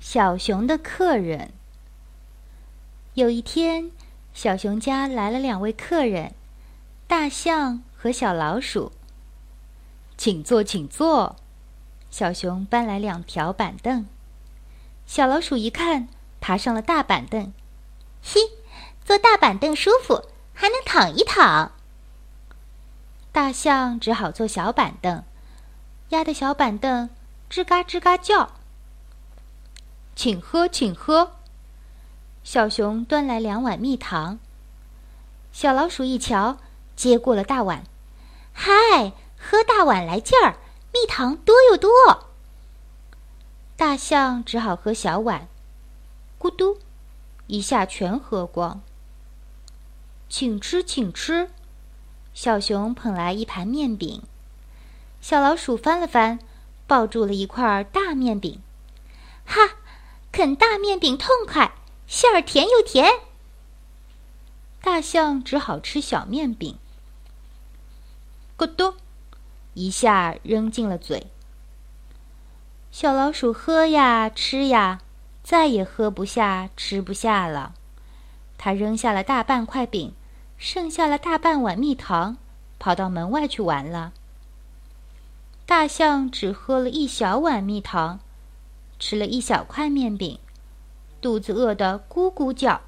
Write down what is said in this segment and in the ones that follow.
小熊的客人。有一天，小熊家来了2位客人，大象和小老鼠。请坐，请坐。小熊搬来2条板凳。小老鼠一看，爬上了大板凳。 嘿，坐大板凳舒服，还能躺一躺。 大象只好坐小板凳，压的小板凳吱嘎吱嘎叫。请喝，请喝。小熊端来2碗蜜糖。小老鼠一瞧，接过了大碗。 嗨，喝大碗来劲儿，蜜糖多又多。 大象只好喝小碗，咕嘟，一下全喝光。请吃，请吃。小熊捧来一盘面饼。小老鼠翻了翻，抱住了一块大面饼。 哈，啃大面饼痛快，馅儿甜又甜。 大象只好吃小面饼。咕嘟，一下扔进了嘴。小老鼠喝呀吃呀，再也喝不下吃不下了。它扔下了大半块饼，剩下了大半碗蜜糖，跑到门外去玩了。大象只喝了1小碗蜜糖，吃了1小块面饼，肚子饿得咕咕叫。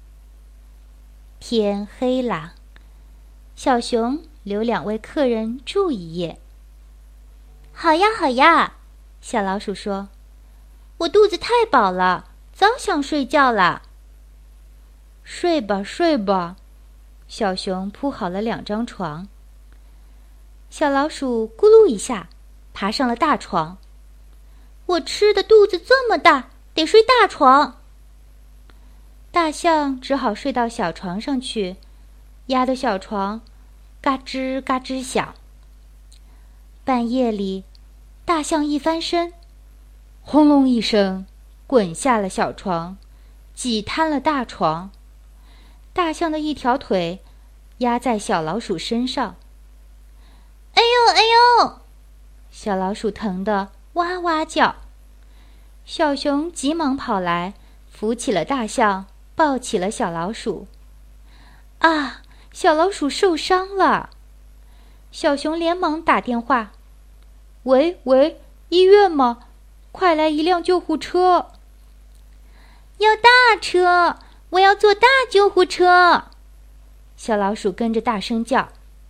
天黑了，小熊留2位客人住一夜。 好呀，好呀， 小老鼠说：“ 我肚子太饱了，早想睡觉了。” 睡吧，睡吧。小熊铺好了2张床。小老鼠咕噜一下爬上了大床。 我吃的肚子这么大，得睡大床。 大象只好睡到小床上去，压得小床嘎吱嘎吱响。半夜里，大象一翻身，轰隆一声，滚下了小床，挤瘫了大床。大象的1条腿压在小老鼠身上。 哎呦哎呦！ 小老鼠疼得哇哇叫。小熊急忙跑来，扶起了大象，抱起了小老鼠。啊，小老鼠受伤了！小熊连忙打电话：“喂喂，医院吗？快来1辆救护车！” 要大车，我要坐大救护车！ 小老鼠跟着大声叫。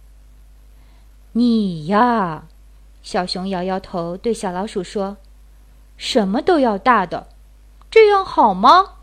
你呀，小熊摇摇头对小老鼠说：“什么都要大的，这样好吗？”